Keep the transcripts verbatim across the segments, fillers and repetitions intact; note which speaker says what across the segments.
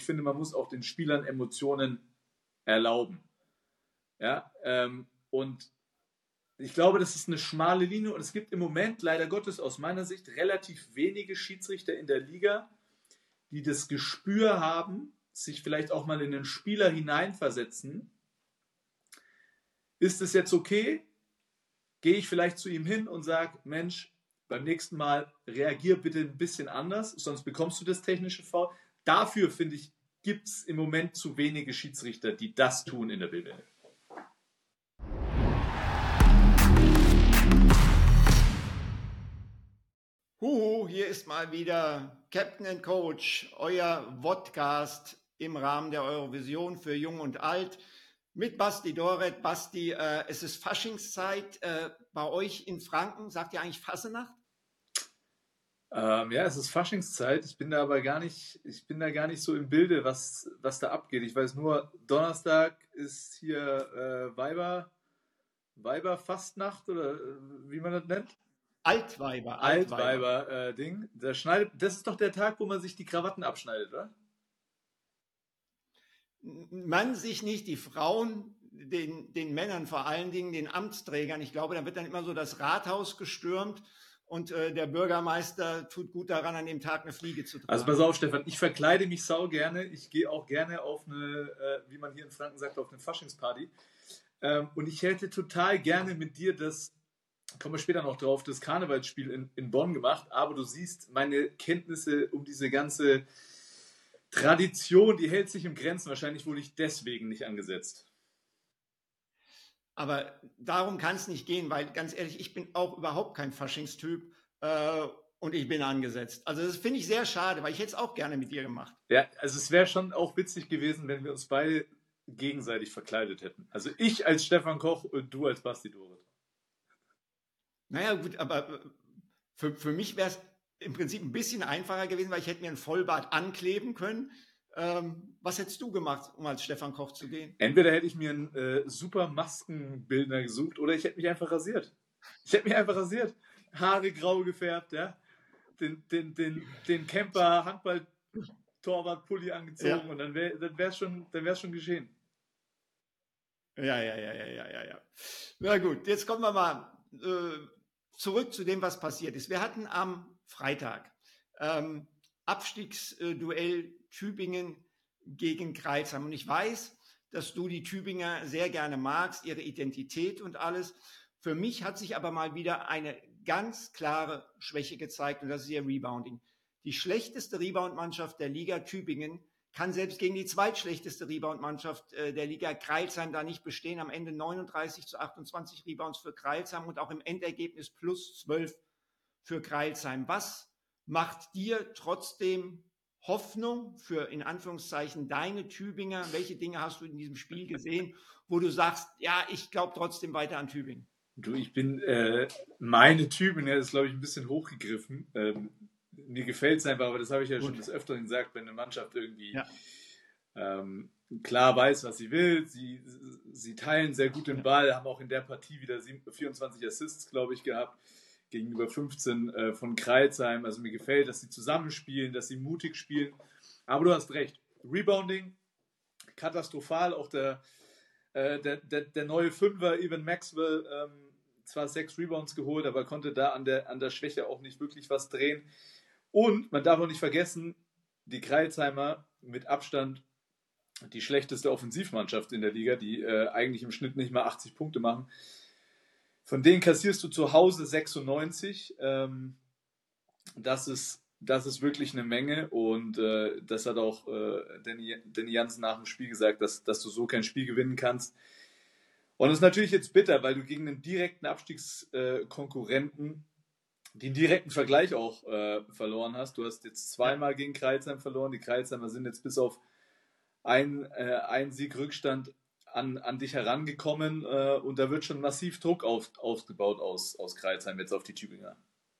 Speaker 1: ich finde, man muss auch den Spielern Emotionen erlauben. Ja, ähm, und ich glaube, das ist eine schmale Linie und es gibt im Moment, leider Gottes, aus meiner Sicht relativ wenige Schiedsrichter in der Liga, die das Gespür haben, sich vielleicht auch mal in den Spieler hineinversetzen. Ist es jetzt okay? Gehe ich vielleicht zu ihm hin und sage, Mensch, beim nächsten Mal reagier bitte ein bisschen anders, sonst bekommst du das technische Foul. Dafür, finde ich, gibt es im Moment zu wenige Schiedsrichter, die das tun in der B W L.
Speaker 2: Huhu, hier ist mal wieder Captain and Coach, euer Vodcast im Rahmen der Eurovision für Jung und Alt mit Basti Doret. Basti, äh, es ist Faschingszeit äh, bei euch in Franken. Sagt ihr eigentlich Fassenacht?
Speaker 1: Ähm, ja, es ist Faschingszeit. Ich bin da aber gar nicht, ich bin da gar nicht so im Bilde, was, was da abgeht. Ich weiß nur, Donnerstag ist hier äh, Weiber, Weiberfastnacht oder äh, wie man das nennt.
Speaker 2: Altweiber,
Speaker 1: Altweiber, äh, Ding. Da schneidet, das ist doch der Tag, wo man sich die Krawatten abschneidet, oder?
Speaker 2: Man sich nicht, die Frauen, den, den Männern vor allen Dingen, den Amtsträgern. Ich glaube, da wird dann immer so das Rathaus gestürmt und äh, der Bürgermeister tut gut daran, an dem Tag eine Fliege zu tragen.
Speaker 1: Also pass auf, Stefan, ich verkleide mich sau gerne. Ich gehe auch gerne auf eine, äh, wie man hier in Franken sagt, auf eine Faschingsparty. Ähm, und ich hätte total gerne mit dir das, kommen wir später noch drauf, das Karnevalsspiel in, in Bonn gemacht. Aber du siehst, meine Kenntnisse um diese ganze Tradition, die hält sich im Grenzen. Wahrscheinlich wurde ich deswegen nicht angesetzt.
Speaker 2: Aber darum kann es nicht gehen, weil ganz ehrlich, ich bin auch überhaupt kein Faschingstyp äh, und ich bin angesetzt. Also das finde ich sehr schade, weil ich hätte es auch gerne mit dir gemacht.
Speaker 1: Ja, also es wäre schon auch witzig gewesen, wenn wir uns beide gegenseitig verkleidet hätten. Also ich als Stefan Koch und du als Basti Doret.
Speaker 2: Naja gut, aber für, für mich wäre es im Prinzip ein bisschen einfacher gewesen, weil ich hätte mir ein Vollbart ankleben können. Ähm, was hättest du gemacht, um als Stefan Koch zu gehen?
Speaker 1: Entweder hätte ich mir einen äh, super Maskenbildner gesucht oder ich hätte mich einfach rasiert. Ich hätte mich einfach rasiert. Haare grau gefärbt, ja. Den, den, den, den Camper Handball-Torwart-Pulli angezogen ja. Und dann wäre dann wär's schon, dann wär's schon geschehen.
Speaker 2: Ja, ja, ja, ja, ja, ja, ja. Na gut, jetzt kommen wir mal äh, zurück zu dem, was passiert ist. Wir hatten am Freitag ähm, Abstiegsduell Tübingen gegen Crailsheim. Und ich weiß, dass du die Tübinger sehr gerne magst, ihre Identität und alles. Für mich hat sich aber mal wieder eine ganz klare Schwäche gezeigt und das ist ihr Rebounding. Die schlechteste Rebound-Mannschaft der Liga Tübingen kann selbst gegen die zweitschlechteste Rebound-Mannschaft äh, der Liga Crailsheim da nicht bestehen. Am Ende neununddreißig zu achtundzwanzig Rebounds für Crailsheim und auch im Endergebnis plus zwölf für Crailsheim. Was macht dir trotzdem Hoffnung für, in Anführungszeichen, deine Tübinger? Welche Dinge hast du in diesem Spiel gesehen, wo du sagst, ja, ich glaube trotzdem weiter an Tübingen?
Speaker 1: Du, ich bin, äh, meine Tübinger, das ist, glaube ich, ein bisschen hochgegriffen. Ähm, mir gefällt es einfach, aber das habe ich ja Gut. schon des Öfteren gesagt, wenn eine Mannschaft irgendwie ja. ähm, klar weiß, was sie will. Sie, sie teilen sehr gut den Ball, haben auch in der Partie wieder vierundzwanzig Assists, glaube ich, gehabt, gegenüber fünfzehn äh, von Crailsheim. Also mir gefällt, dass sie zusammenspielen, dass sie mutig spielen. Aber du hast recht. Rebounding, katastrophal. Auch der, äh, der, der, der neue Fünfer, Evan Maxwell, ähm, zwar sechs Rebounds geholt, aber konnte da an der, an der Schwäche auch nicht wirklich was drehen. Und man darf auch nicht vergessen, die Crailsheimer mit Abstand die schlechteste Offensivmannschaft in der Liga, die äh, eigentlich im Schnitt nicht mal achtzig Punkte machen. Von denen kassierst du zu Hause sechsundneunzig. Ähm, das ist, das ist wirklich eine Menge und äh, das hat auch äh, Danny, Danny Jansen nach dem Spiel gesagt, dass, dass du so kein Spiel gewinnen kannst. Und das ist natürlich jetzt bitter, weil du gegen einen direkten Abstiegskonkurrenten den direkten Vergleich auch äh, verloren hast. Du hast jetzt zweimal gegen Crailsheim verloren. Die Crailsheimer sind jetzt bis auf ein, äh, einen Sieg Rückstand an, an dich herangekommen äh, und da wird schon massiv Druck auf, aufgebaut aus, aus Crailsheim jetzt auf die Tübinger.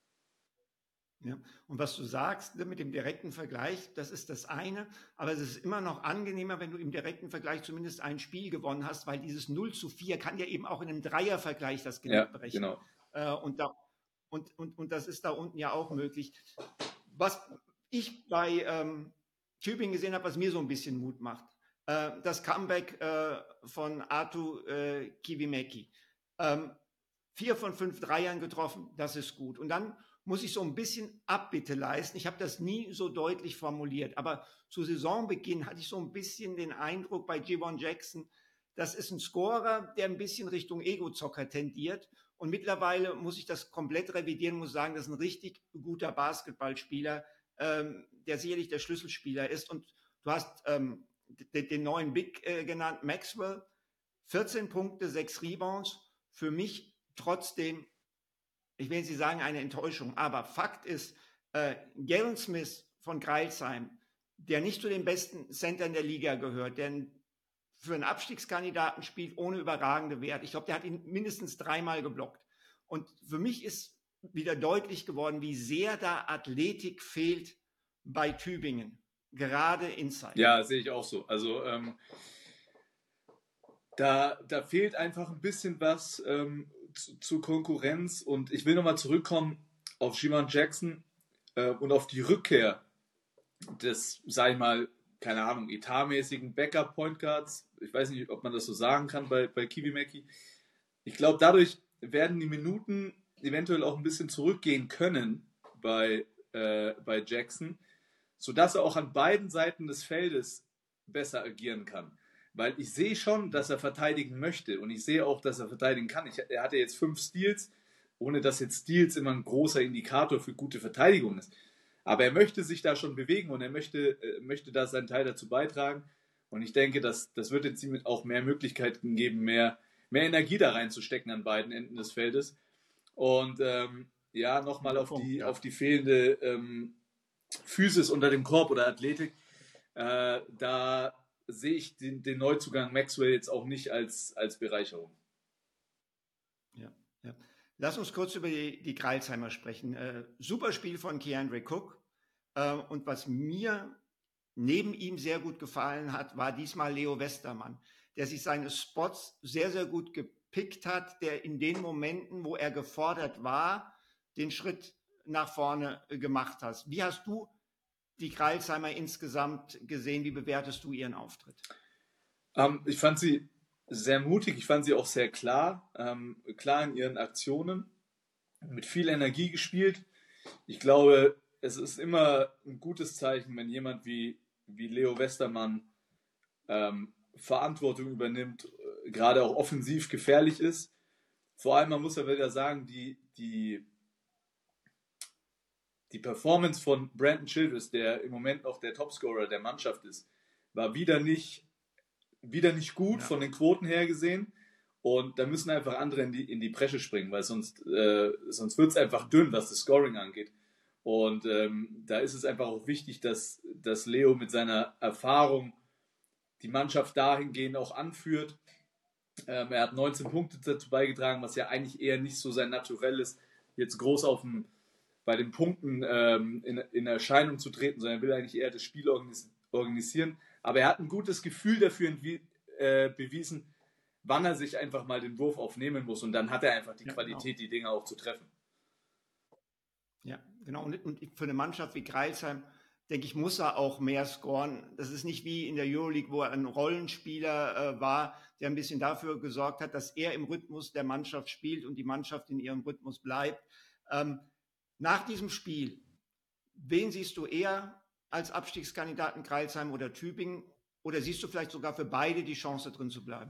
Speaker 2: Ja. Und was du sagst mit dem direkten Vergleich, das ist das eine, aber es ist immer noch angenehmer, wenn du im direkten Vergleich zumindest ein Spiel gewonnen hast, weil dieses null zu vier kann ja eben auch in einem Dreiervergleich das Genick
Speaker 1: ja,
Speaker 2: brechen.
Speaker 1: Genau.
Speaker 2: Äh, und, da, und, und, und das ist da unten ja auch möglich. Was ich bei ähm, Tübingen gesehen habe, was mir so ein bisschen Mut macht. Äh, das Comeback äh, von Arttu äh, Kivimäki. Ähm, vier von fünf Dreiern getroffen, das ist gut. Und dann muss ich so ein bisschen Abbitte leisten. Ich habe das nie so deutlich formuliert, aber zu Saisonbeginn hatte ich so ein bisschen den Eindruck bei Javon Jackson, das ist ein Scorer, der ein bisschen Richtung Ego-Zocker tendiert. Und mittlerweile muss ich das komplett revidieren, muss sagen, das ist ein richtig guter Basketballspieler, ähm, der sicherlich der Schlüsselspieler ist. Und du hast ähm, den, den neuen Big äh, genannt, Maxwell, vierzehn Punkte, sechs Rebounds. Für mich trotzdem, ich will jetzt nicht sagen eine Enttäuschung, aber Fakt ist, äh, Galen Smith von Crailsheim, der nicht zu den besten Centern der Liga gehört, der für einen Abstiegskandidaten spielt ohne überragende Wert. Ich glaube, der hat ihn mindestens dreimal geblockt. Und für mich ist wieder deutlich geworden, wie sehr da Athletik fehlt bei Tübingen, gerade inside.
Speaker 1: Ja, sehe ich auch so. Also ähm, da, da fehlt einfach ein bisschen was ähm, zu, zu Konkurrenz. Und ich will nochmal zurückkommen auf Javon Jackson äh, und auf die Rückkehr des, sag ich mal, keine Ahnung, etatmäßigen Backup-Point Guards. Ich weiß nicht, ob man das so sagen kann bei, bei Kivimäki. Ich glaube, dadurch werden die Minuten eventuell auch ein bisschen zurückgehen können bei, äh, bei Jackson, sodass er auch an beiden Seiten des Feldes besser agieren kann. Weil ich sehe schon, dass er verteidigen möchte und ich sehe auch, dass er verteidigen kann. Ich, er hatte jetzt fünf Steals, ohne dass jetzt Steals immer ein großer Indikator für gute Verteidigung ist. Aber er möchte sich da schon bewegen und er möchte, äh, möchte da seinen Teil dazu beitragen. Und ich denke, dass, das wird jetzt ihm auch mehr Möglichkeiten geben, mehr, mehr Energie da reinzustecken an beiden Enden des Feldes. Und ähm, ja, nochmal auf die, auf die fehlende ähm, Physis unter dem Korb oder Athletik. Äh, da sehe ich den, den Neuzugang Maxwell jetzt auch nicht als, als Bereicherung.
Speaker 2: Ja, ja. Lass uns kurz über die, die Crailsheimer sprechen. Äh, super Spiel von Keandre Cook. Äh, und was mir neben ihm sehr gut gefallen hat, war diesmal Leo Westermann, der sich seine Spots sehr, sehr gut gepickt hat, der in den Momenten, wo er gefordert war, den Schritt nach vorne gemacht hat. Wie hast du die Crailsheimer insgesamt gesehen? Wie bewertest du ihren Auftritt?
Speaker 1: Ähm, ich fand sie sehr mutig, ich fand sie auch sehr klar, ähm, klar in ihren Aktionen, mit viel Energie gespielt. Ich glaube, es ist immer ein gutes Zeichen, wenn jemand wie, wie Leo Westermann ähm, Verantwortung übernimmt, äh, gerade auch offensiv gefährlich ist. Vor allem, man muss ja wieder sagen, die, die, die Performance von Brandon Childress, der im Moment noch der Topscorer der Mannschaft ist, war wieder nicht, wieder nicht gut ja. von den Quoten her gesehen. Und da müssen einfach andere in die, in die Bresche springen, weil sonst, äh, sonst wird es einfach dünn, was das Scoring angeht. Und ähm, da ist es einfach auch wichtig, dass, dass Leo mit seiner Erfahrung die Mannschaft dahingehend auch anführt. Ähm, er hat neunzehn Punkte dazu beigetragen, was ja eigentlich eher nicht so sein Naturell ist, jetzt groß auf dem, bei den Punkten ähm, in, in Erscheinung zu treten, sondern er will eigentlich eher das Spiel organis- organisieren. Aber er hat ein gutes Gefühl dafür entwie- äh, bewiesen, wann er sich einfach mal den Wurf aufnehmen muss. Und dann hat er einfach die ja, Qualität, genau. die Dinger auch zu treffen.
Speaker 2: Ja, genau. Und, und für eine Mannschaft wie Crailsheim, denke ich, muss er auch mehr scoren. Das ist nicht wie in der Euroleague, wo er ein Rollenspieler äh, war, der ein bisschen dafür gesorgt hat, dass er im Rhythmus der Mannschaft spielt und die Mannschaft in ihrem Rhythmus bleibt. Ähm, nach diesem Spiel, wen siehst du eher als Abstiegskandidaten, Crailsheim oder Tübingen? Oder siehst du vielleicht sogar für beide die Chance, drin zu bleiben?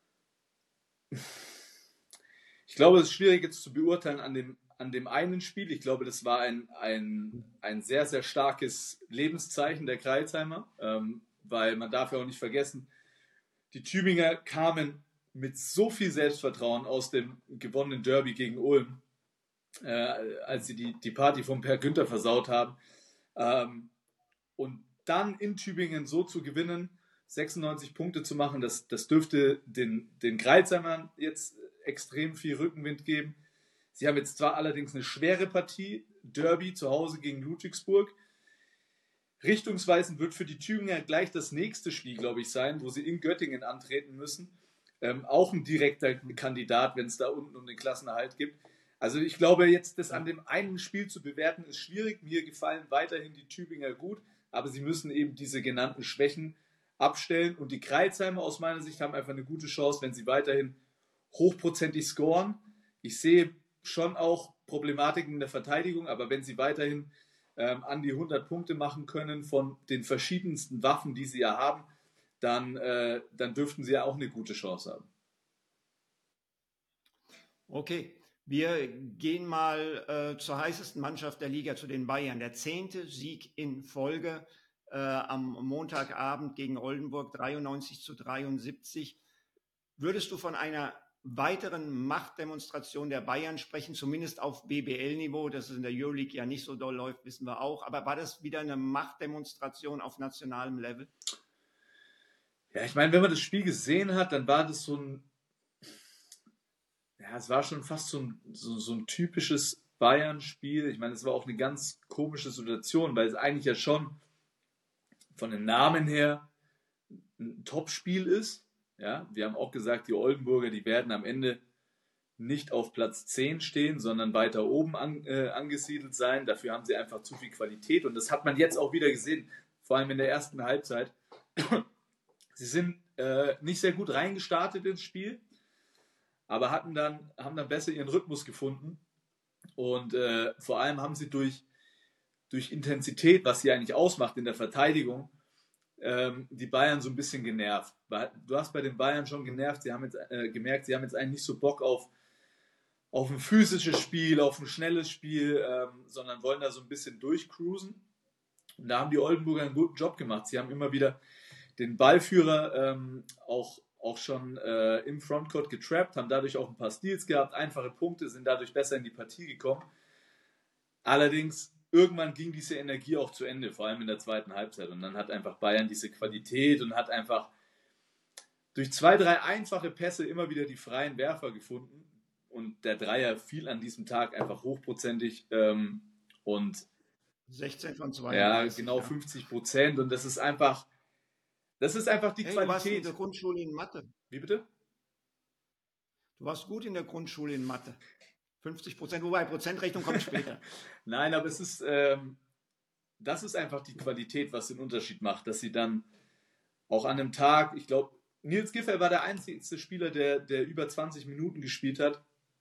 Speaker 1: Ich glaube, es ist schwierig jetzt zu beurteilen an dem, an dem einen Spiel. Ich glaube, das war ein, ein, ein sehr, sehr starkes Lebenszeichen der Crailsheimer, ähm, weil man darf ja auch nicht vergessen, die Tübinger kamen mit so viel Selbstvertrauen aus dem gewonnenen Derby gegen Ulm, äh, als sie die, die Party von Per Günther versaut haben. Ähm, und dann in Tübingen so zu gewinnen, sechsundneunzig Punkte zu machen, das, das dürfte den, den Crailsheimern jetzt extrem viel Rückenwind geben. Sie haben jetzt zwar allerdings eine schwere Partie, Derby zu Hause gegen Ludwigsburg. Richtungsweisend wird für die Tübinger gleich das nächste Spiel, glaube ich, sein, wo sie in Göttingen antreten müssen. Ähm, auch ein direkter Kandidat, wenn es da unten um den Klassenerhalt gibt. Also ich glaube, jetzt das an dem einen Spiel zu bewerten, ist schwierig. Mir gefallen weiterhin die Tübinger gut, aber sie müssen eben diese genannten Schwächen abstellen. Und die Crailsheimer aus meiner Sicht haben einfach eine gute Chance, wenn sie weiterhin hochprozentig scoren. Ich sehe schon auch Problematiken in der Verteidigung, aber wenn sie weiterhin ähm, an die hundert Punkte machen können von den verschiedensten Waffen, die sie ja haben, dann, äh, dann dürften sie ja auch eine gute Chance haben.
Speaker 2: Okay, wir gehen mal äh, zur heißesten Mannschaft der Liga, zu den Bayern. Der zehnte Sieg in Folge äh, am Montagabend gegen Oldenburg, dreiundneunzig zu dreiundsiebzig. Würdest du von einer weiteren Machtdemonstration der Bayern sprechen, zumindest auf B B L-Niveau? Dass es in der Euroleague ja nicht so doll läuft, wissen wir auch. Aber war das wieder eine Machtdemonstration auf nationalem Level?
Speaker 1: Ja, ich meine, wenn man das Spiel gesehen hat, dann war das so ein, ja, es war schon fast so ein, so, so ein typisches Bayern-Spiel. Ich meine, es war auch eine ganz komische Situation, weil es eigentlich ja schon von den Namen her ein Top-Spiel ist. Ja, wir haben auch gesagt, die Oldenburger, die werden am Ende nicht auf Platz zehn stehen, sondern weiter oben an, äh, angesiedelt sein. Dafür haben sie einfach zu viel Qualität und das hat man jetzt auch wieder gesehen, vor allem in der ersten Halbzeit. Sie sind äh, nicht sehr gut reingestartet ins Spiel, aber hatten dann, haben dann besser ihren Rhythmus gefunden und äh, vor allem haben sie durch, durch Intensität, was sie eigentlich ausmacht in der Verteidigung, die Bayern so ein bisschen genervt. Du hast bei den Bayern schon genervt, sie haben jetzt äh, gemerkt, sie haben jetzt eigentlich nicht so Bock auf, auf ein physisches Spiel, auf ein schnelles Spiel, ähm, sondern wollen da so ein bisschen durchcruisen. Und da haben die Oldenburger einen guten Job gemacht. Sie haben immer wieder den Ballführer ähm, auch, auch schon äh, im Frontcourt getrappt, haben dadurch auch ein paar Steals gehabt, einfache Punkte, sind dadurch besser in die Partie gekommen. Allerdings irgendwann ging diese Energie auch zu Ende, vor allem in der zweiten Halbzeit. Und dann hat einfach Bayern diese Qualität und hat einfach durch zwei, drei einfache Pässe immer wieder die freien Werfer gefunden. Und der Dreier fiel an diesem Tag einfach hochprozentig. Ähm, und
Speaker 2: sechzehn von zweiunddreißig.
Speaker 1: Ja, genau fünfzig Prozent. Und das ist einfach, das ist einfach die
Speaker 2: hey,
Speaker 1: Qualität.
Speaker 2: Du warst in der Grundschule in Mathe.
Speaker 1: Wie bitte?
Speaker 2: Du warst gut in der Grundschule in Mathe. fünfzig Prozent, wobei Prozentrechnung kommt später.
Speaker 1: Nein, aber es ist, ähm, das ist einfach die Qualität, was den Unterschied macht, dass sie dann auch an einem Tag, ich glaube, Nils Giffey war der einzige Spieler, der, der über zwanzig Minuten gespielt hat.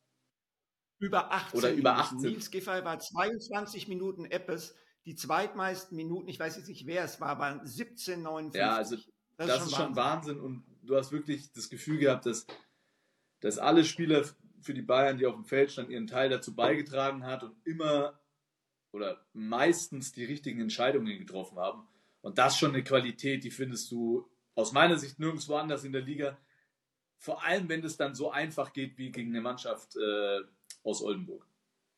Speaker 2: Über achtzehn
Speaker 1: Oder über
Speaker 2: Minuten.
Speaker 1: achtzehn.
Speaker 2: Nils Giffey war zweiundzwanzig Minuten Eppes. Die zweitmeisten Minuten, ich weiß jetzt nicht, wer es war, waren siebzehn neunundfünfzig.
Speaker 1: Ja, also das,
Speaker 2: das
Speaker 1: ist,
Speaker 2: ist,
Speaker 1: schon,
Speaker 2: schon
Speaker 1: Wahnsinn. Und du hast wirklich das Gefühl gehabt, dass, dass alle Spieler für die Bayern, die auf dem Feld standen, ihren Teil dazu beigetragen hat und immer oder meistens die richtigen Entscheidungen getroffen haben. Und das ist schon eine Qualität, die findest du aus meiner Sicht nirgendwo anders in der Liga. Vor allem, wenn es dann so einfach geht wie gegen eine Mannschaft äh, aus Oldenburg.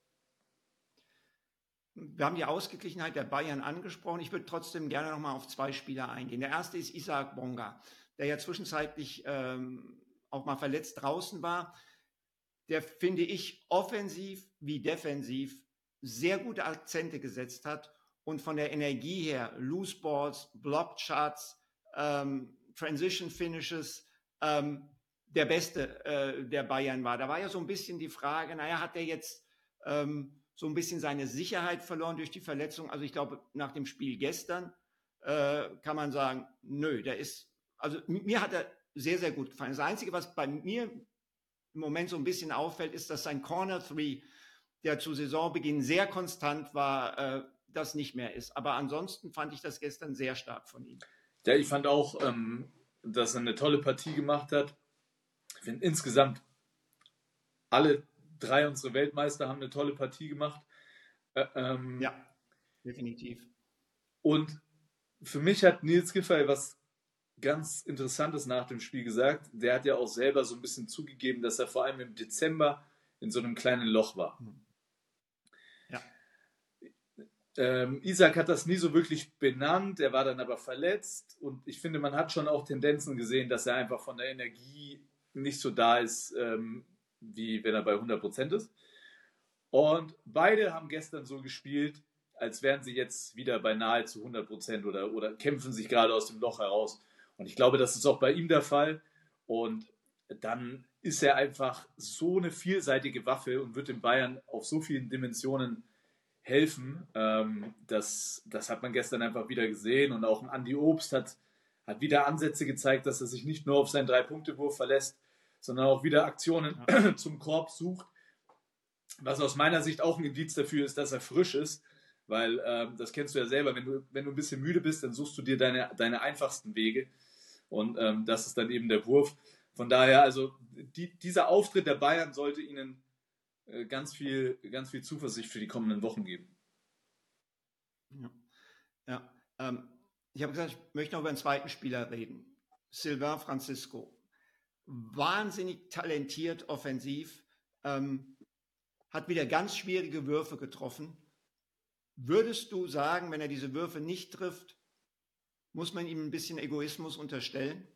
Speaker 2: Wir haben die Ausgeglichenheit der Bayern angesprochen. Ich würde trotzdem gerne noch mal auf zwei Spieler eingehen. Der erste ist Isaac Bonga, der ja zwischenzeitlich ähm, auch mal verletzt draußen war. Der, finde ich, offensiv wie defensiv sehr gute Akzente gesetzt hat und von der Energie her, Loose Balls, Block Shots, ähm, Transition Finishes, ähm, der Beste äh, der Bayern war. Da war ja so ein bisschen die Frage, naja, hat der jetzt ähm, so ein bisschen seine Sicherheit verloren durch die Verletzung? Also ich glaube, nach dem Spiel gestern äh, kann man sagen, nö, der ist, also mir hat er sehr, sehr gut gefallen. Das Einzige, was bei mir im Moment so ein bisschen auffällt, ist, dass sein Corner Three, der zu Saisonbeginn sehr konstant war, äh, das nicht mehr ist. Aber ansonsten fand ich das gestern sehr stark von ihm.
Speaker 1: Ja, ich fand auch, ähm, dass er eine tolle Partie gemacht hat. Ich finde insgesamt alle drei unsere Weltmeister haben eine tolle Partie gemacht. Äh, ähm,
Speaker 2: ja, definitiv.
Speaker 1: Und für mich hat Nils Giffey was ganz Interessantes nach dem Spiel gesagt. Der hat ja auch selber so ein bisschen zugegeben, dass er vor allem im Dezember in so einem kleinen Loch war.
Speaker 2: Ja.
Speaker 1: Ähm, Isaac hat das nie so wirklich benannt, er war dann aber verletzt und ich finde, man hat schon auch Tendenzen gesehen, dass er einfach von der Energie nicht so da ist, ähm, wie wenn er bei hundert Prozent ist. Und beide haben gestern so gespielt, als wären sie jetzt wieder bei nahezu hundert Prozent oder, oder kämpfen sich gerade aus dem Loch heraus. Und ich glaube, das ist auch bei ihm der Fall. Und dann ist er einfach so eine vielseitige Waffe und wird den Bayern auf so vielen Dimensionen helfen. Ähm, das, das hat man gestern einfach wieder gesehen. Und auch ein Andi Obst hat, hat wieder Ansätze gezeigt, dass er sich nicht nur auf seinen Drei-Punkte-Wurf verlässt, sondern auch wieder Aktionen ja. zum Korb sucht. Was aus meiner Sicht auch ein Indiz dafür ist, dass er frisch ist. Weil ähm, das kennst du ja selber, wenn du, wenn du ein bisschen müde bist, dann suchst du dir deine, deine einfachsten Wege. Und ähm, das ist dann eben der Wurf. Von daher, also die, dieser Auftritt der Bayern sollte ihnen äh, ganz viel, ganz viel Zuversicht für die kommenden Wochen geben.
Speaker 2: Ja, ja. Ähm, ich habe gesagt, ich möchte noch über einen zweiten Spieler reden. Sylvain Francisco. Wahnsinnig talentiert offensiv, ähm, hat wieder ganz schwierige Würfe getroffen. Würdest du sagen, wenn er diese Würfe nicht trifft, muss man ihm ein bisschen Egoismus unterstellen?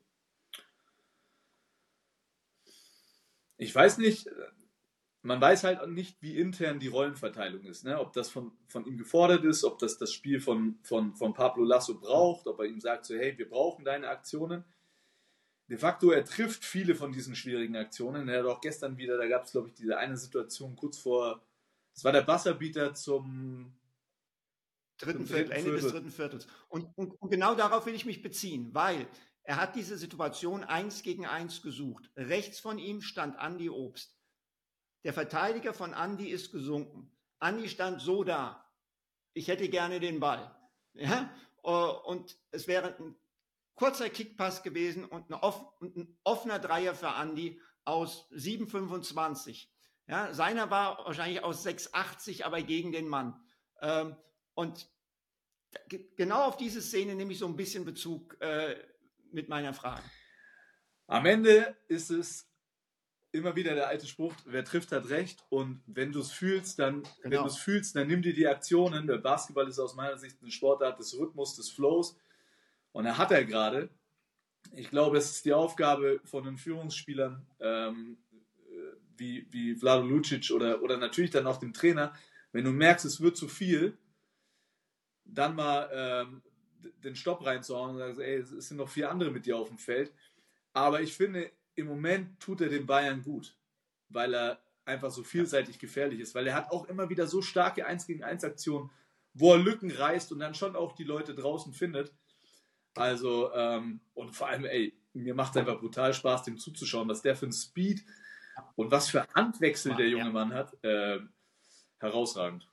Speaker 1: Ich weiß nicht, man weiß halt nicht, wie intern die Rollenverteilung ist, ne? Ob das von, von ihm gefordert ist, ob das das Spiel von, von, von Pablo Lasso braucht, ob er ihm sagt, so, hey, wir brauchen deine Aktionen. De facto, er trifft viele von diesen schwierigen Aktionen. Er hat auch gestern wieder, da gab es, glaube ich, diese eine Situation kurz vor, es war der Buzzerbeater zum
Speaker 2: dritten Viertel, Ende des dritten Viertels. Und, und, und genau darauf will ich mich beziehen, weil er hat diese Situation eins gegen eins gesucht. Rechts von ihm stand Andi Obst. Der Verteidiger von Andi ist gesunken. Andi stand so da. Ich hätte gerne den Ball. Ja? Und es wäre ein kurzer Kickpass gewesen und ein, off, ein offener Dreier für Andi aus sieben fünfundzwanzig. Ja? Seiner war wahrscheinlich aus sechs achtzig, aber gegen den Mann. Ähm, Und genau auf diese Szene nehme ich so ein bisschen Bezug äh, mit meiner Frage.
Speaker 1: Am Ende ist es immer wieder der alte Spruch, wer trifft, hat recht. Und wenn du es fühlst, dann, genau. wenn du es fühlst, dann nimm dir die Aktionen. Der Basketball ist aus meiner Sicht eine Sportart des Rhythmus, des Flows. Und er hat er gerade. Ich glaube, es ist die Aufgabe von den Führungsspielern, ähm, wie, wie Vlado Lucic oder, oder natürlich dann auch dem Trainer, wenn du merkst, es wird zu viel, dann mal ähm, den Stopp reinzuhauen und sagen, ey, es sind noch vier andere mit dir auf dem Feld. Aber ich finde, im Moment tut er den Bayern gut, weil er einfach so vielseitig gefährlich ist, weil er hat auch immer wieder so starke eins gegen eins Aktionen, wo er Lücken reißt und dann schon auch die Leute draußen findet. Also, ähm, und vor allem, ey, mir macht es einfach brutal Spaß, dem zuzuschauen, was der für ein Speed und was für Handwechsel der junge Mann hat. Äh, herausragend.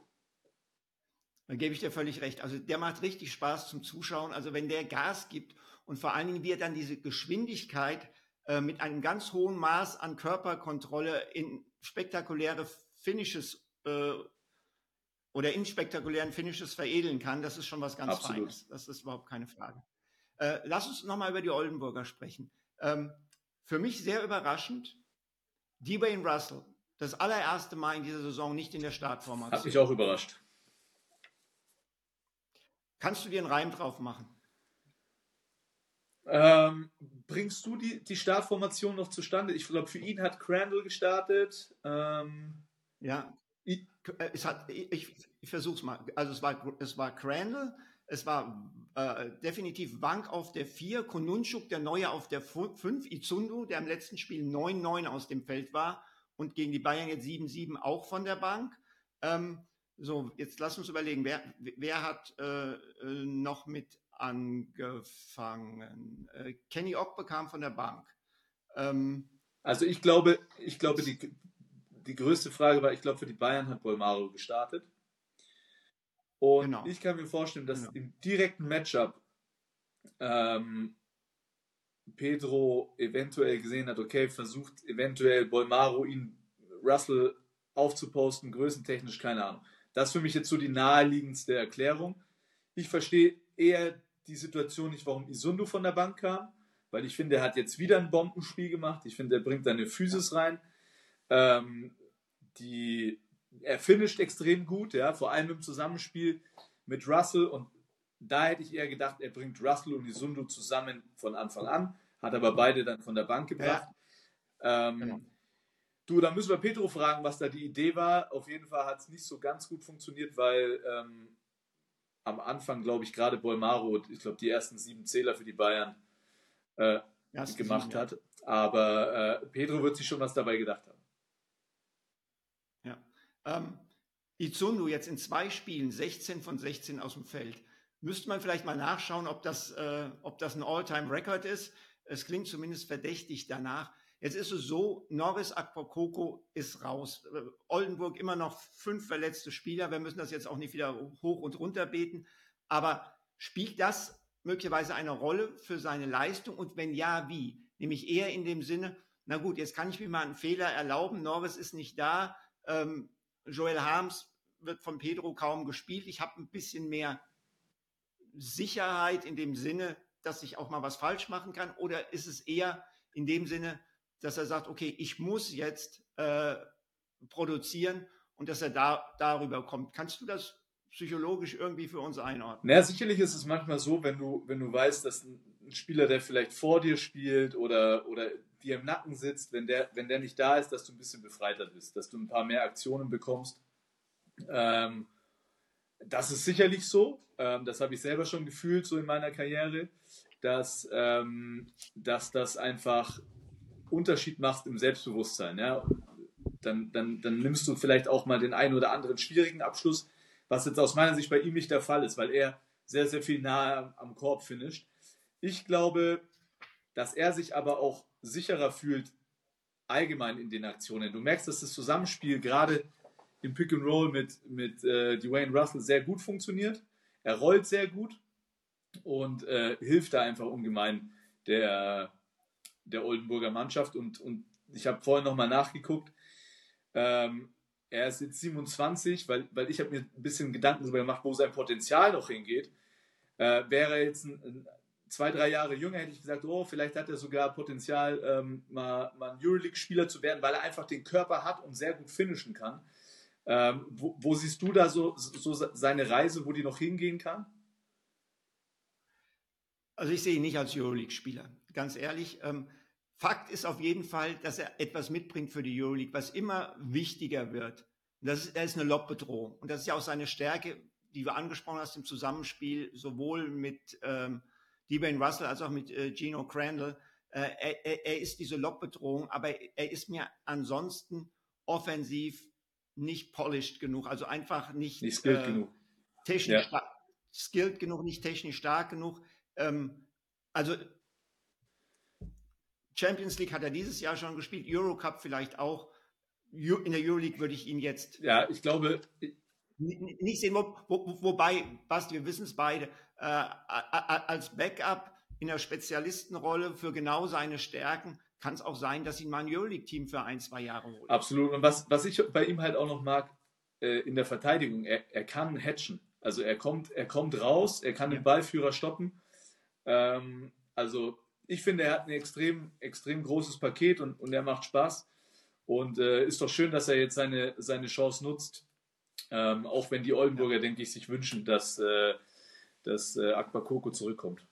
Speaker 2: Da gebe ich dir völlig recht. Also der macht richtig Spaß zum Zuschauen. Also wenn der Gas gibt und vor allen Dingen, wie er dann diese Geschwindigkeit äh, mit einem ganz hohen Maß an Körperkontrolle in spektakuläre Finishes äh, oder in spektakulären Finishes veredeln kann, das ist schon was ganz
Speaker 1: Absolut.
Speaker 2: Feines. Das ist überhaupt keine Frage. Äh, lass uns nochmal über die Oldenburger sprechen. Ähm, für mich sehr überraschend, Dwayne Russell, das allererste Mal in dieser Saison nicht in der Startformation.
Speaker 1: Hat mich auch überrascht.
Speaker 2: Kannst du dir einen Reim drauf machen?
Speaker 1: Ähm, bringst du die, die Startformation noch zustande? Ich glaube, für ihn hat Crandall gestartet. Ähm,
Speaker 2: ja, ich, es hat, ich, ich versuche es mal. Also es war, es war Crandall, es war äh, definitiv Wank auf der vier, Konunschuk, der Neue auf der fünf, Izundu, der im letzten Spiel neun neun aus dem Feld war und gegen die Bayern jetzt sieben sieben auch von der Bank. Ähm, So, jetzt lass uns überlegen, wer, wer hat äh, noch mit angefangen? Äh, Kenny Ogbe kam von der Bank. Ähm,
Speaker 1: also ich glaube, ich glaube die, die größte Frage war, ich glaube, für die Bayern hat Bolmaro gestartet. Und genau. Ich kann mir vorstellen, dass genau. im direkten Matchup ähm, Pedro eventuell gesehen hat, okay, versucht eventuell Bolmaro ihn Russell aufzuposten, größentechnisch, keine Ahnung. Das ist für mich jetzt so die naheliegendste Erklärung. Ich verstehe eher die Situation nicht, warum Izundu von der Bank kam, weil ich finde, er hat jetzt wieder ein Bombenspiel gemacht. Ich finde, er bringt da eine Physis rein. Ähm, die, er finisht extrem gut, ja, vor allem im Zusammenspiel mit Russell. Und da hätte ich eher gedacht, er bringt Russell und Izundu zusammen von Anfang an, hat aber beide dann von der Bank gebracht. Ja. Ähm, genau. Du, da müssen wir Pedro fragen, was da die Idee war. Auf jeden Fall hat es nicht so ganz gut funktioniert, weil ähm, am Anfang, glaube ich, gerade Bolmaro, ich glaube, die ersten sieben Zähler für die Bayern äh, gemacht sieben, hat. Ja. Aber äh, Pedro wird sich schon was dabei gedacht haben.
Speaker 2: Ja. Ähm, Izundu jetzt in zwei Spielen sechzehn von sechzehn aus dem Feld. Müsste man vielleicht mal nachschauen, ob das, äh, ob das ein All-Time-Record ist. Es klingt zumindest verdächtig danach. Jetzt ist es so, Norris Akpokoko ist raus. Oldenburg immer noch fünf verletzte Spieler. Wir müssen das jetzt auch nicht wieder hoch und runter beten. Aber spielt das möglicherweise eine Rolle für seine Leistung? Und wenn ja, wie? Nämlich eher in dem Sinne, na gut, jetzt kann ich mir mal einen Fehler erlauben. Norris ist nicht da. Ähm, Joel Harms wird von Pedro kaum gespielt. Ich habe ein bisschen mehr Sicherheit in dem Sinne, dass ich auch mal was falsch machen kann. Oder ist es eher in dem Sinne, dass er sagt, okay, ich muss jetzt äh, produzieren und dass er da darüber kommt. Kannst du das psychologisch irgendwie für uns einordnen?
Speaker 1: Naja, sicherlich ist es manchmal so, wenn du, wenn du weißt, dass ein Spieler, der vielleicht vor dir spielt oder, oder dir im Nacken sitzt, wenn der, wenn der nicht da ist, dass du ein bisschen befreiter bist, dass du ein paar mehr Aktionen bekommst. Ähm, das ist sicherlich so. Ähm, das habe ich selber schon gefühlt, so in meiner Karriere, dass, ähm, dass das einfach Unterschied macht im Selbstbewusstsein. Ja? Dann, dann, dann nimmst du vielleicht auch mal den einen oder anderen schwierigen Abschluss, was jetzt aus meiner Sicht bei ihm nicht der Fall ist, weil er sehr, sehr viel nahe am Korb finisht. Ich glaube, dass er sich aber auch sicherer fühlt, allgemein in den Aktionen. Du merkst, dass das Zusammenspiel gerade im Pick and Roll mit, mit äh, Dwayne Russell sehr gut funktioniert. Er rollt sehr gut und äh, hilft da einfach ungemein der, der Oldenburger Mannschaft. Und, und ich habe vorhin nochmal nachgeguckt. Ähm, er ist jetzt siebenundzwanzig, weil, weil ich habe mir ein bisschen Gedanken darüber gemacht, wo sein Potenzial noch hingeht. Äh, wäre er jetzt ein, ein, zwei, drei Jahre jünger, hätte ich gesagt, oh, vielleicht hat er sogar Potenzial, ähm, mal, mal ein Euroleague-Spieler zu werden, weil er einfach den Körper hat und sehr gut finishen kann. Ähm, wo, wo siehst du da so, so seine Reise, wo die noch hingehen kann?
Speaker 2: Also ich sehe ihn nicht als Euroleague-Spieler, ganz ehrlich. Ähm, Fakt ist auf jeden Fall, dass er etwas mitbringt für die Euroleague, was immer wichtiger wird. Und das ist, er ist eine Lobbedrohung. Und das ist ja auch seine Stärke, die du angesprochen hast im Zusammenspiel, sowohl mit ähm, Dwayne Russell als auch mit äh, Gino Crandall. Äh, er, er ist diese Lobbedrohung, aber er ist mir ansonsten offensiv nicht polished genug, also einfach nicht,
Speaker 1: nicht skilled
Speaker 2: äh,
Speaker 1: genug.
Speaker 2: technisch
Speaker 1: Ja.
Speaker 2: stark, skilled genug, nicht technisch stark genug. Ähm, also Champions League hat er dieses Jahr schon gespielt, Eurocup vielleicht auch. In der Euroleague würde ich ihn jetzt
Speaker 1: ja, ich glaube,
Speaker 2: nicht sehen, wo, wo, wobei, Basti, wir wissen es beide, äh, als Backup in der Spezialistenrolle für genau seine Stärken kann es auch sein, dass ihn mal ein Euroleague-Team für ein, zwei Jahre holt.
Speaker 1: Absolut. Und was, was ich bei ihm halt auch noch mag, äh, in der Verteidigung, er, er kann hatchen. Also er kommt, er kommt raus, er kann ja. den Ballführer stoppen. Ähm, also ich finde, er hat ein extrem, extrem großes Paket und, und er macht Spaß. Und äh, ist doch schön, dass er jetzt seine, seine Chance nutzt. Ähm, auch wenn die Oldenburger, ja. denke ich, sich wünschen, dass, äh, dass äh, Akpokoko zurückkommt.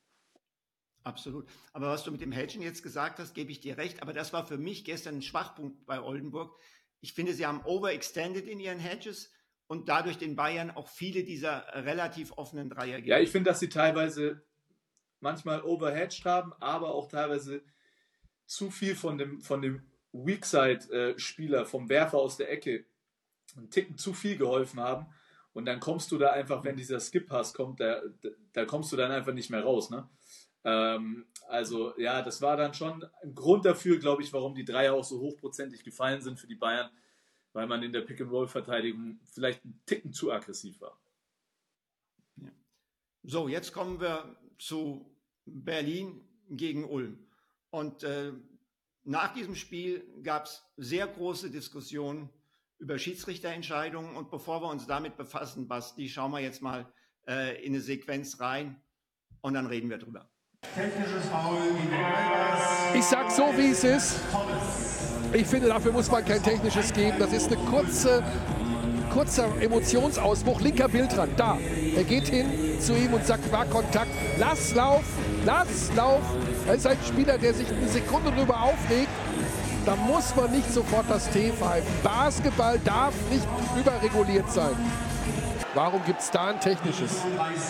Speaker 2: Absolut. Aber was du mit dem Hedgen jetzt gesagt hast, gebe ich dir recht. Aber das war für mich gestern ein Schwachpunkt bei Oldenburg. Ich finde, sie haben overextended in ihren Hedges und dadurch den Bayern auch viele dieser relativ offenen Dreier gegeben.
Speaker 1: Ja, ich finde, dass sie teilweise manchmal overhedged haben, aber auch teilweise zu viel von dem, von dem Weakside-Spieler, vom Werfer aus der Ecke, einen Ticken zu viel geholfen haben. Und dann kommst du da einfach, wenn dieser Skip-Pass kommt, da, da kommst du dann einfach nicht mehr raus, ne? Ähm, also ja, das war dann schon ein Grund dafür, glaube ich, warum die Dreier auch so hochprozentig gefallen sind für die Bayern, weil man in der Pick-and-Roll-Verteidigung vielleicht einen Ticken zu aggressiv war.
Speaker 2: Ja. So, jetzt kommen wir zu Berlin gegen Ulm. Und äh, nach diesem Spiel gab es sehr große Diskussionen über Schiedsrichterentscheidungen. Und bevor wir uns damit befassen, Basti, schauen wir jetzt mal äh, in eine Sequenz rein und dann reden wir drüber.
Speaker 3: Technisches Foul gegen Albers.
Speaker 4: Ich sag so, wie es ist. Ich finde, dafür muss man kein technisches geben. Das ist ein kurze, kurzer Emotionsausbruch. Linker Bildrand, da. Er geht hin zu ihm und sagt, war Kontakt. Lass laufen, lass laufen. Er ist ein Spieler, der sich eine Sekunde drüber aufregt. Da muss man nicht sofort das T pfeifen. Basketball darf nicht überreguliert sein. Warum gibt es da ein technisches?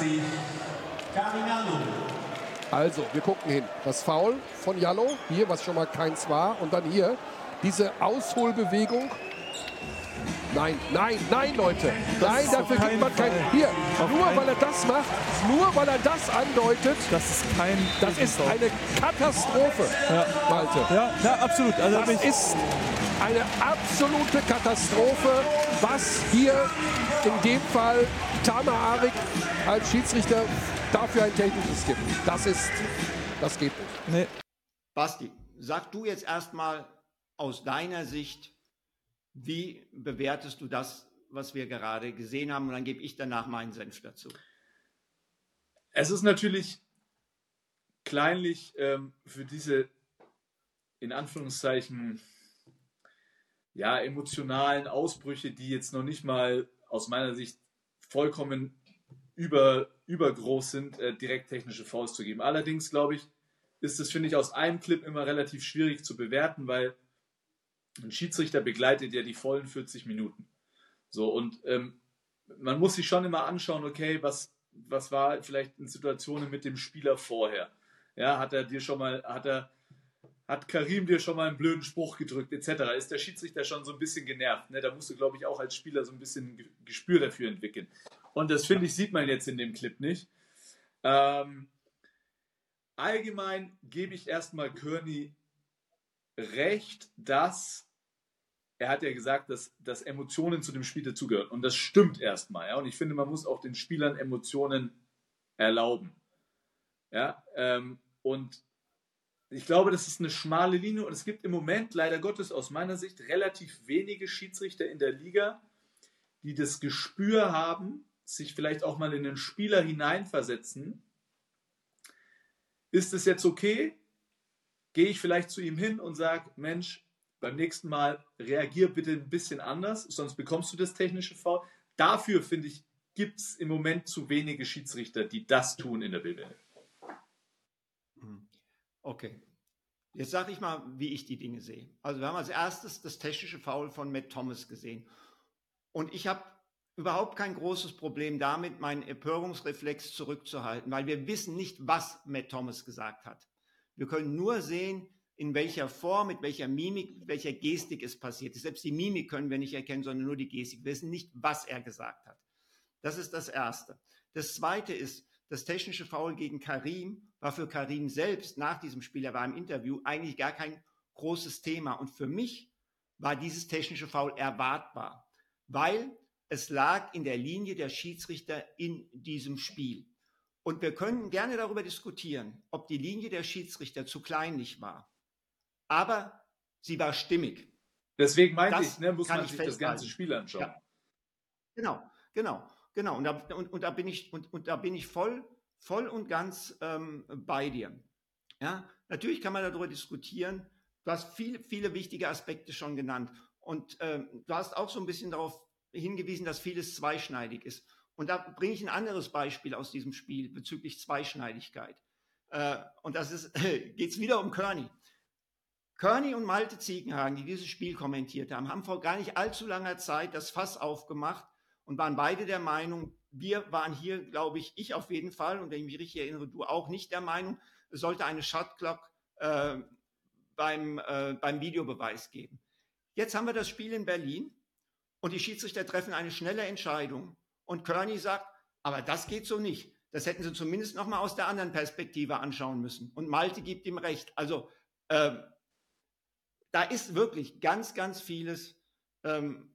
Speaker 4: Also, wir gucken hin. Das Foul von Jallo, hier, was schon mal keins war. Und dann hier diese Ausholbewegung. Nein, nein, nein, Leute.
Speaker 5: Das
Speaker 4: nein,
Speaker 5: ist
Speaker 4: dafür
Speaker 5: auf
Speaker 4: gibt man
Speaker 5: keinen
Speaker 4: kein...
Speaker 5: Fall.
Speaker 4: Hier,
Speaker 5: Auf
Speaker 4: nur
Speaker 5: keinen-
Speaker 4: weil er das macht, nur weil er das andeutet,
Speaker 5: Das ist kein...
Speaker 4: das ist eine Katastrophe, Malte.
Speaker 5: Ja, ja, absolut. Also
Speaker 4: Das
Speaker 5: mich,
Speaker 4: ist eine absolute Katastrophe, was hier in dem Fall Tama Arik als Schiedsrichter dafür ein technisches gibt. Das ist, das geht nicht.
Speaker 5: nee.
Speaker 2: Basti, sag du jetzt erstmal aus deiner Sicht, wie bewertest du das, was wir gerade gesehen haben? Und dann gebe ich danach meinen Senf dazu.
Speaker 1: Es ist natürlich kleinlich ähm, für diese, in Anführungszeichen, ja, emotionalen Ausbrüche, die jetzt noch nicht mal aus meiner Sicht vollkommen über, übergroß sind, äh, direkt technische Fouls zu geben. Allerdings, glaube ich, ist es, finde ich, aus einem Clip immer relativ schwierig zu bewerten, weil ein Schiedsrichter begleitet ja die vollen vierzig Minuten. So, und ähm, man muss sich schon immer anschauen, okay, was, was war vielleicht in Situationen mit dem Spieler vorher? Ja, hat er dir schon mal, hat er, hat Karim dir schon mal einen blöden Spruch gedrückt, et cetera. Ist der Schiedsrichter schon so ein bisschen genervt? Ne? Da musst du, glaube ich, auch als Spieler so ein bisschen ein Gespür dafür entwickeln. Und das, finde ich, sieht man jetzt in dem Clip nicht. Ähm, allgemein gebe ich erstmal Kearney recht, dass er hat ja gesagt, dass, dass Emotionen zu dem Spiel dazugehören. Und das stimmt erstmal. Ja? Und ich finde, man muss auch den Spielern Emotionen erlauben. Ja? Ähm, und ich glaube, das ist eine schmale Linie. Und es gibt im Moment, leider Gottes, aus meiner Sicht, relativ wenige Schiedsrichter in der Liga, die das Gespür haben, sich vielleicht auch mal in den Spieler hineinversetzen. Ist es jetzt okay? Gehe ich vielleicht zu ihm hin und sage, Mensch, beim nächsten Mal reagier bitte ein bisschen anders, sonst bekommst du das technische Foul. Dafür, finde ich, gibt es im Moment zu wenige Schiedsrichter, die das tun in der B W L.
Speaker 2: Okay. Jetzt sage ich mal, wie ich die Dinge sehe. Also wir haben als erstes das technische Foul von Matt Thomas gesehen. Und ich habe überhaupt kein großes Problem damit, meinen Empörungsreflex zurückzuhalten, weil wir wissen nicht, was Matt Thomas gesagt hat. Wir können nur sehen, in welcher Form, mit welcher Mimik, mit welcher Gestik es passiert ist. Selbst die Mimik können wir nicht erkennen, sondern nur die Gestik. Wir wissen nicht, was er gesagt hat. Das ist das Erste. Das Zweite ist, das technische Foul gegen Karim war für Karim selbst nach diesem Spiel, er war im Interview, eigentlich gar kein großes Thema. Und für mich war dieses technische Foul erwartbar, weil es lag in der Linie der Schiedsrichter in diesem Spiel. Und wir können gerne darüber diskutieren, ob die Linie der Schiedsrichter zu kleinlich war. Aber sie war stimmig.
Speaker 1: Deswegen meinte
Speaker 2: Das
Speaker 1: ich, ne, muss
Speaker 2: kann
Speaker 1: man
Speaker 2: ich
Speaker 1: sich das ganze
Speaker 2: festhalten.
Speaker 1: Spiel anschauen.
Speaker 2: Ja. Genau, genau, genau. Und da, und, und da bin ich, und, und da bin ich voll, voll und ganz ähm, bei dir. Ja, natürlich kann man darüber diskutieren. Du hast viele, viele wichtige Aspekte schon genannt. Und ähm, du hast auch so ein bisschen darauf hingewiesen, dass vieles zweischneidig ist. Und da bringe ich ein anderes Beispiel aus diesem Spiel bezüglich Zweischneidigkeit. Äh, und das ist, äh, geht es wieder um Kearney. Kearney und Malte Ziegenhagen, die dieses Spiel kommentiert haben, haben vor gar nicht allzu langer Zeit das Fass aufgemacht und waren beide der Meinung, wir waren hier, glaube ich, ich auf jeden Fall, und wenn ich mich richtig erinnere, du auch nicht der Meinung, es sollte eine Shot Clock äh, beim, äh, beim Videobeweis geben. Jetzt haben wir das Spiel in Berlin und die Schiedsrichter treffen eine schnelle Entscheidung und Kearney sagt, aber das geht so nicht. Das hätten sie zumindest noch mal aus der anderen Perspektive anschauen müssen. Und Malte gibt ihm recht. Also äh, da ist wirklich ganz, ganz vieles ähm,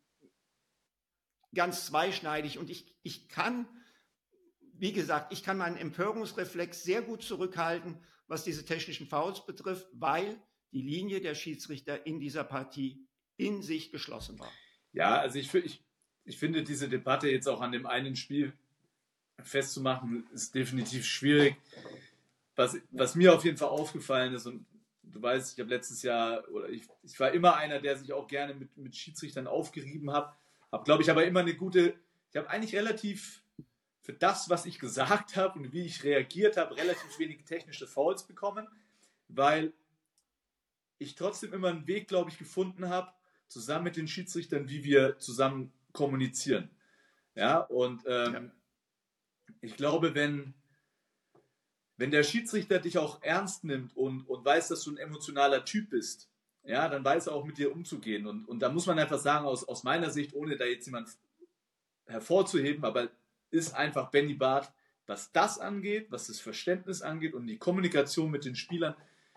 Speaker 2: ganz zweischneidig. Und ich, ich kann, wie gesagt, ich kann meinen Empörungsreflex sehr gut zurückhalten, was diese technischen Fouls betrifft, weil die Linie der Schiedsrichter in dieser Partie in sich geschlossen war.
Speaker 1: Ja, also ich, ich, ich finde diese Debatte jetzt auch an dem einen Spiel festzumachen, ist definitiv schwierig. Was, was mir auf jeden Fall aufgefallen ist, und du weißt, ich habe letztes Jahr, oder ich, ich war immer einer, der sich auch gerne mit, mit Schiedsrichtern aufgerieben hat. Habe, glaube ich, aber immer eine gute, ich habe eigentlich relativ für das, was ich gesagt habe und wie ich reagiert habe, relativ wenig technische Fouls bekommen, weil ich trotzdem immer einen Weg, glaube ich, gefunden habe, zusammen mit den Schiedsrichtern, wie wir zusammen kommunizieren. Ja, und ähm, ja. ich glaube, wenn Wenn der Schiedsrichter dich auch ernst nimmt und, und weiß, dass du ein emotionaler Typ bist ja, dann weiß er auch mit dir umzugehen. Und, und da muss man einfach sagen, aus, aus meiner Sicht, ohne da jetzt jemand hervorzuheben, aber ist einfach Benny Barth, was das angeht, was das Verständnis angeht und die Kommunikation mit den Spielern,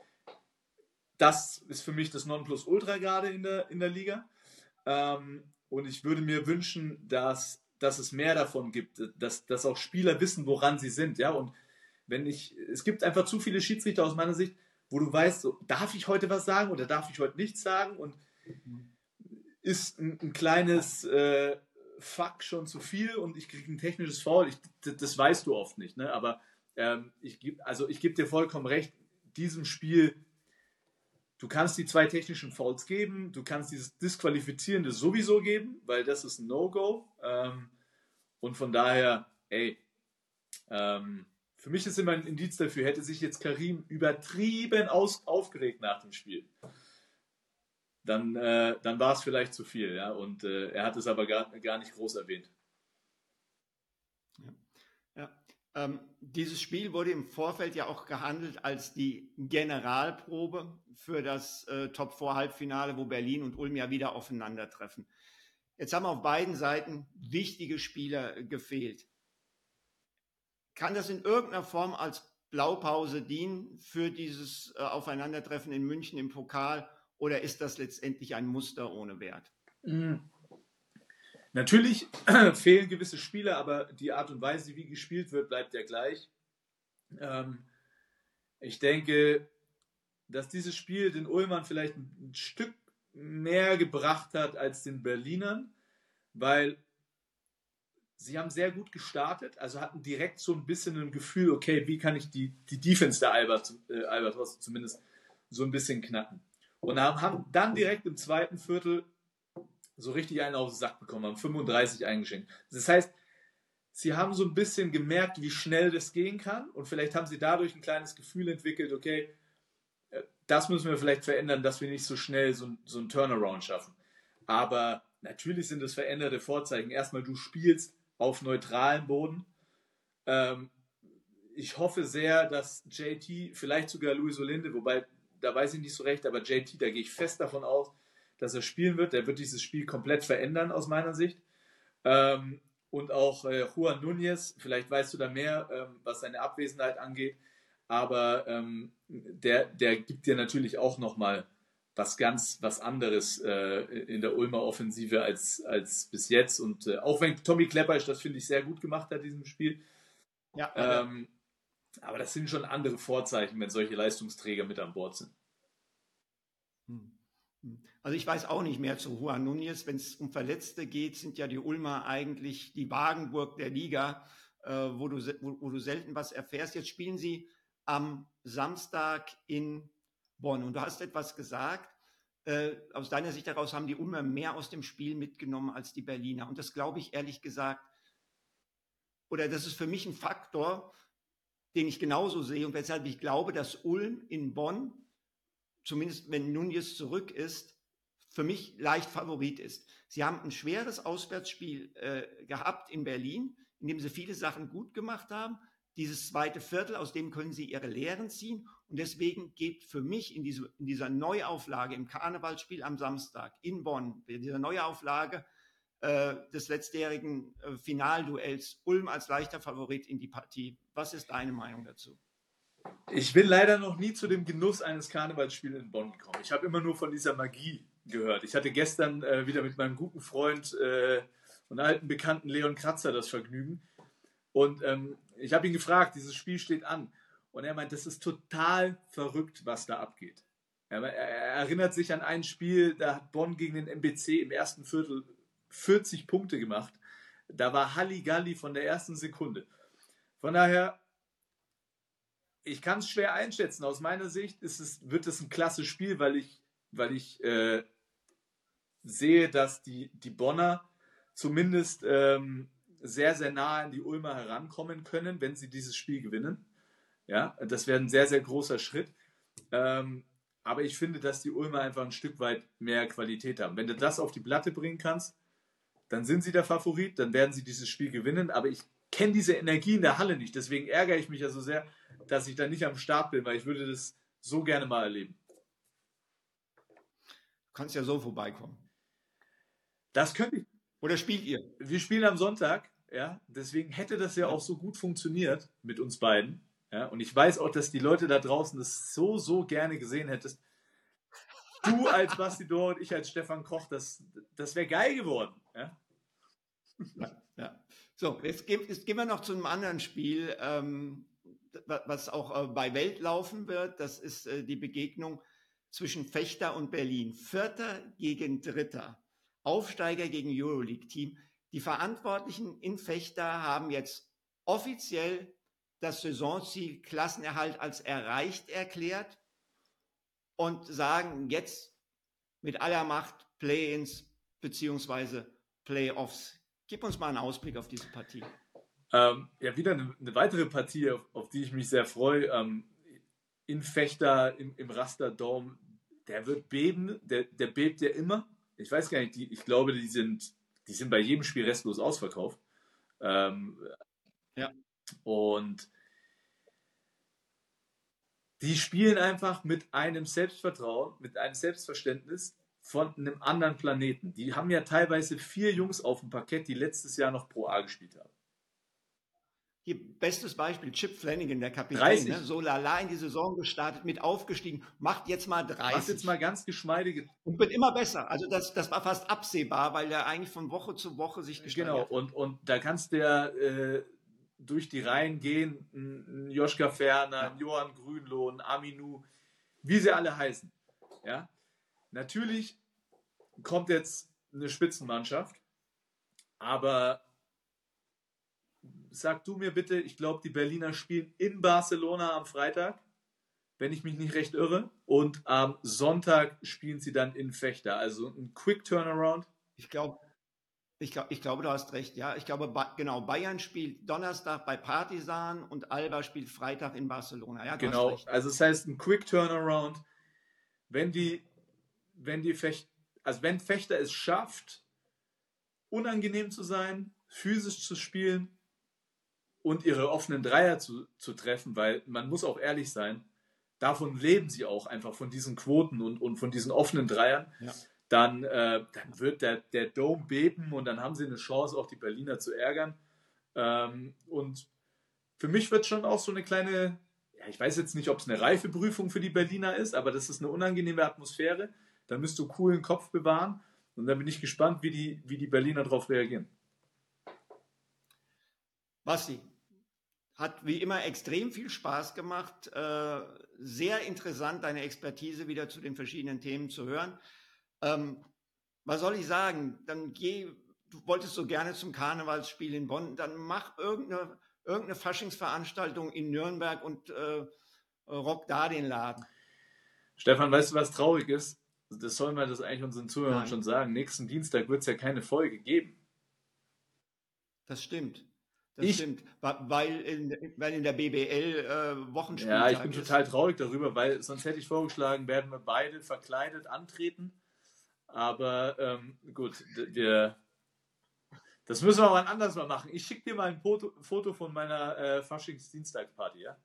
Speaker 1: das ist für mich das Nonplusultra gerade in der, in der Liga. Ähm, und ich würde mir wünschen, dass, dass es mehr davon gibt, dass, dass auch Spieler wissen, woran sie sind. Ja? Und wenn ich, es gibt einfach zu viele Schiedsrichter aus meiner Sicht, wo du weißt, so, darf ich heute was sagen oder darf ich heute nichts sagen? Und ist ein, ein kleines äh, Fuck schon zu viel und ich kriege ein technisches Foul. Ich, das, das weißt du oft nicht. Ne? Aber ähm, ich gebe also ich geb dir vollkommen recht, diesem Spiel. Du kannst die zwei technischen Fouls geben, du kannst dieses Disqualifizierende sowieso geben, weil das ist ein No-Go. Ähm, und von daher, ey, ähm, für mich ist immer ein Indiz dafür, hätte sich jetzt Karim übertrieben aus, aufgeregt nach dem Spiel, dann, äh, dann war es vielleicht zu viel. Ja? Und äh, er hat es aber gar, gar nicht groß erwähnt.
Speaker 2: Ja. Ja. Ähm, dieses Spiel wurde im Vorfeld ja auch gehandelt als die Generalprobe für das äh, Top vier Halbfinale, wo Berlin und Ulm ja wieder aufeinandertreffen. Jetzt haben auf beiden Seiten wichtige Spieler gefehlt. Kann das in irgendeiner Form als Blaupause dienen für dieses äh, Aufeinandertreffen in München im Pokal oder ist das letztendlich ein Muster ohne Wert?
Speaker 1: Mhm. Natürlich fehlen gewisse Spieler, aber die Art und Weise, wie gespielt wird, bleibt ja gleich. Ähm, ich denke, dass dieses Spiel den Ulmern vielleicht ein Stück mehr gebracht hat als den Berlinern, weil sie haben sehr gut gestartet, also hatten direkt so ein bisschen ein Gefühl, okay, wie kann ich die, die Defense der Albert, äh, Albatros zumindest so ein bisschen knacken. Und haben, haben dann direkt im zweiten Viertel so richtig einen auf den Sack bekommen, haben fünfunddreißig eingeschenkt. Das heißt, sie haben so ein bisschen gemerkt, wie schnell das gehen kann und vielleicht haben sie dadurch ein kleines Gefühl entwickelt, okay, das müssen wir vielleicht verändern, dass wir nicht so schnell so, so einen Turnaround schaffen. Aber natürlich sind es veränderte Vorzeichen. Erstmal, du spielst auf neutralem Boden. Ähm, ich hoffe sehr, dass J T, vielleicht sogar Luis Olinde, wobei, da weiß ich nicht so recht, aber J T, da gehe ich fest davon aus, dass er spielen wird. Der wird dieses Spiel komplett verändern, aus meiner Sicht. Ähm, und auch äh, Juan Núñez, vielleicht weißt du da mehr, ähm, was seine Abwesenheit angeht, aber ähm, der, der gibt dir natürlich auch nochmal was ganz, was anderes äh, in der Ulmer Offensive als, als bis jetzt. Und äh, auch wenn Tommy Klepper, das finde ich sehr gut gemacht hat, diesem Spiel.
Speaker 2: Ja,
Speaker 1: ähm, aber das sind schon andere Vorzeichen, wenn solche Leistungsträger mit an Bord sind.
Speaker 2: Also ich weiß auch nicht mehr zu Juan Núñez. Wenn es um Verletzte geht, sind ja die Ulmer eigentlich die Wagenburg der Liga, äh, wo, du, wo, wo du selten was erfährst. Jetzt spielen sie am Samstag in Bonn. Und du hast etwas gesagt, äh, aus deiner Sicht heraus haben die Ulmer mehr aus dem Spiel mitgenommen als die Berliner. Und das glaube ich ehrlich gesagt, oder das ist für mich ein Faktor, den ich genauso sehe und weshalb ich glaube, dass Ulm in Bonn, zumindest wenn Núñez zurück ist, für mich leicht Favorit ist. Sie haben ein schweres Auswärtsspiel äh, gehabt in Berlin, in dem sie viele Sachen gut gemacht haben. Dieses zweite Viertel, aus dem können sie ihre Lehren ziehen. Und deswegen geht für mich in, diese, in dieser Neuauflage im Karnevalsspiel am Samstag in Bonn, in dieser Neuauflage äh, des letztjährigen äh, Finalduells, Ulm als leichter Favorit in die Partie. Was ist deine Meinung dazu?
Speaker 1: Ich bin leider noch nie zu dem Genuss eines Karnevalsspiels in Bonn gekommen. Ich habe immer nur von dieser Magie gehört. Ich hatte gestern äh, wieder mit meinem guten Freund äh, und alten Bekannten Leon Kratzer das Vergnügen. Und ähm, ich habe ihn gefragt, dieses Spiel steht an. Und er meint, das ist total verrückt, was da abgeht. Er, er erinnert sich an ein Spiel, da hat Bonn gegen den M B C im ersten Viertel vierzig Punkte gemacht. Da war Halligalli von der ersten Sekunde. Von daher, ich kann es schwer einschätzen. Aus meiner Sicht ist es, wird es ein klasse Spiel, weil ich, weil ich äh, sehe, dass die, die Bonner zumindest ähm, sehr, sehr nah an die Ulmer herankommen können, wenn sie dieses Spiel gewinnen. Ja, das wäre ein sehr, sehr großer Schritt. Ähm, aber ich finde, dass die Ulmer einfach ein Stück weit mehr Qualität haben. Wenn du das auf die Platte bringen kannst, dann sind sie der Favorit, dann werden sie dieses Spiel gewinnen. Aber ich kenne diese Energie in der Halle nicht. Deswegen ärgere ich mich ja so sehr, dass ich da nicht am Start bin, weil ich würde das so gerne mal erleben.
Speaker 2: kannst ja so vorbeikommen.
Speaker 1: Das könnte ich.
Speaker 2: Oder spielt ihr?
Speaker 1: Wir spielen am Sonntag, ja, deswegen hätte das ja auch so gut funktioniert mit uns beiden. Ja, und ich weiß auch, dass die Leute da draußen das so, so gerne gesehen hättest. Du als Basti Dohr und ich als Stefan Koch, das, das wäre geil geworden. Ja?
Speaker 2: Ja, ja. So, jetzt gehen, jetzt gehen wir noch zu einem anderen Spiel, ähm, was auch äh, bei Welt laufen wird. Das ist äh, die Begegnung zwischen Fechter und Berlin. Vierter gegen Dritter. Aufsteiger gegen Euroleague-Team. Die Verantwortlichen in Fechter haben jetzt offiziell das Saisonziel Klassenerhalt als erreicht erklärt und sagen jetzt mit aller Macht Play-ins bzw. Playoffs. Gib uns mal einen Ausblick auf diese Partie.
Speaker 1: Ähm, ja, wieder eine, eine weitere Partie, auf, auf die ich mich sehr freue. Ähm, in Fechter, im, im Rasterdome, der wird beben, der, der bebt ja immer. Ich weiß gar nicht, die, ich glaube, die sind, die sind bei jedem Spiel restlos ausverkauft. Ähm,
Speaker 2: ja.
Speaker 1: Und die spielen einfach mit einem Selbstvertrauen, mit einem Selbstverständnis von einem anderen Planeten. Die haben ja teilweise vier Jungs auf dem Parkett, die letztes Jahr noch Pro A gespielt haben.
Speaker 2: Hier, bestes Beispiel, Chip Flanagan, der Kapitän,
Speaker 1: dreißig.
Speaker 2: Ne? So lala in die Saison gestartet, mit aufgestiegen, macht jetzt mal dreißig.
Speaker 1: Macht jetzt mal ganz geschmeidige.
Speaker 2: Und wird immer besser. Also das, das war fast absehbar, weil er eigentlich von Woche zu Woche sich gesteigert
Speaker 1: Genau,
Speaker 2: hat.
Speaker 1: und, und da kannst du ja äh, durch die Reihen gehen, ein Joschka Ferner,
Speaker 2: Ja.
Speaker 1: ein Johann Grünloh, ein Aminu, wie sie alle heißen. Ja? Natürlich kommt jetzt eine Spitzenmannschaft, aber sag du mir bitte, ich glaube, die Berliner spielen in Barcelona am Freitag, wenn ich mich nicht recht irre, und am Sonntag spielen sie dann in Fechter. Also ein Quick Turnaround.
Speaker 2: Ich glaube, ich, glaub, ich glaube, du hast recht. Ja, ich glaube, ba- genau, Bayern spielt Donnerstag bei Partizan und Alba spielt Freitag in Barcelona. Ja, du
Speaker 1: Genau,
Speaker 2: hast recht.
Speaker 1: also das heißt ein Quick Turnaround. Wenn die, wenn die Fecht, also wenn Fechter es schafft, unangenehm zu sein, physisch zu spielen und ihre offenen Dreier zu, zu treffen, weil man muss auch ehrlich sein, davon leben sie auch einfach, von diesen Quoten und, und von diesen offenen Dreiern,
Speaker 2: Ja.
Speaker 1: dann, äh, dann wird der, der Dome beben und dann haben sie eine Chance, auch die Berliner zu ärgern. Ähm, und für mich wird schon auch so eine kleine, ja, ich weiß jetzt nicht, ob es eine Reifeprüfung für die Berliner ist, aber das ist eine unangenehme Atmosphäre. Da müsst du coolen Kopf bewahren und da bin ich gespannt, wie die, wie die Berliner darauf reagieren.
Speaker 2: Basti, hat wie immer extrem viel Spaß gemacht. Äh, sehr interessant, deine Expertise wieder zu den verschiedenen Themen zu hören. Ähm, was soll ich sagen? Dann geh, du wolltest so gerne zum Karnevalsspiel in Bonn, dann mach irgendeine, irgendeine Faschingsveranstaltung in Nürnberg und äh, rock da den Laden.
Speaker 1: Stefan, weißt du, was traurig ist? Das sollen wir das eigentlich unseren Zuhörern
Speaker 2: Nein.
Speaker 1: schon sagen. Nächsten Dienstag wird es ja keine Folge geben.
Speaker 2: Das stimmt. Das
Speaker 1: Ich-
Speaker 2: stimmt. Wa- Weil in, weil in der B B L äh, Wochenspieltag
Speaker 1: Ja, ich bin
Speaker 2: ist.
Speaker 1: total traurig darüber, weil sonst hätte ich vorgeschlagen, werden wir beide verkleidet antreten. Aber ähm, gut, d- wir, das müssen wir mal anders mal machen. Ich schicke dir mal ein Foto, Foto von meiner äh, Faschings-Dienstagsparty, ja?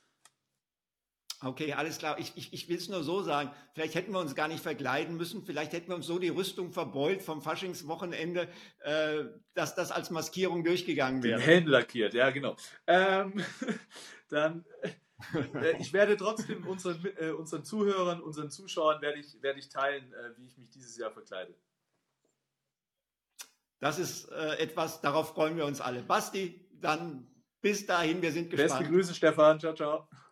Speaker 2: Okay, alles klar. Ich, ich, ich will es nur so sagen. Vielleicht hätten wir uns gar nicht verkleiden müssen. Vielleicht hätten wir uns so die Rüstung verbeult vom Faschingswochenende, äh, dass das als Maskierung durchgegangen
Speaker 1: Den
Speaker 2: wäre.
Speaker 1: Helm lackiert, ja, genau. Ähm, dann, äh, ich werde trotzdem unseren, äh, unseren Zuhörern, unseren Zuschauern, werde ich, werde ich teilen, äh, wie ich mich dieses Jahr verkleide.
Speaker 2: Das ist äh, etwas, darauf freuen wir uns alle. Basti, dann bis dahin, wir sind
Speaker 1: Beste
Speaker 2: gespannt.
Speaker 1: Grüße, Stefan. Ciao, ciao.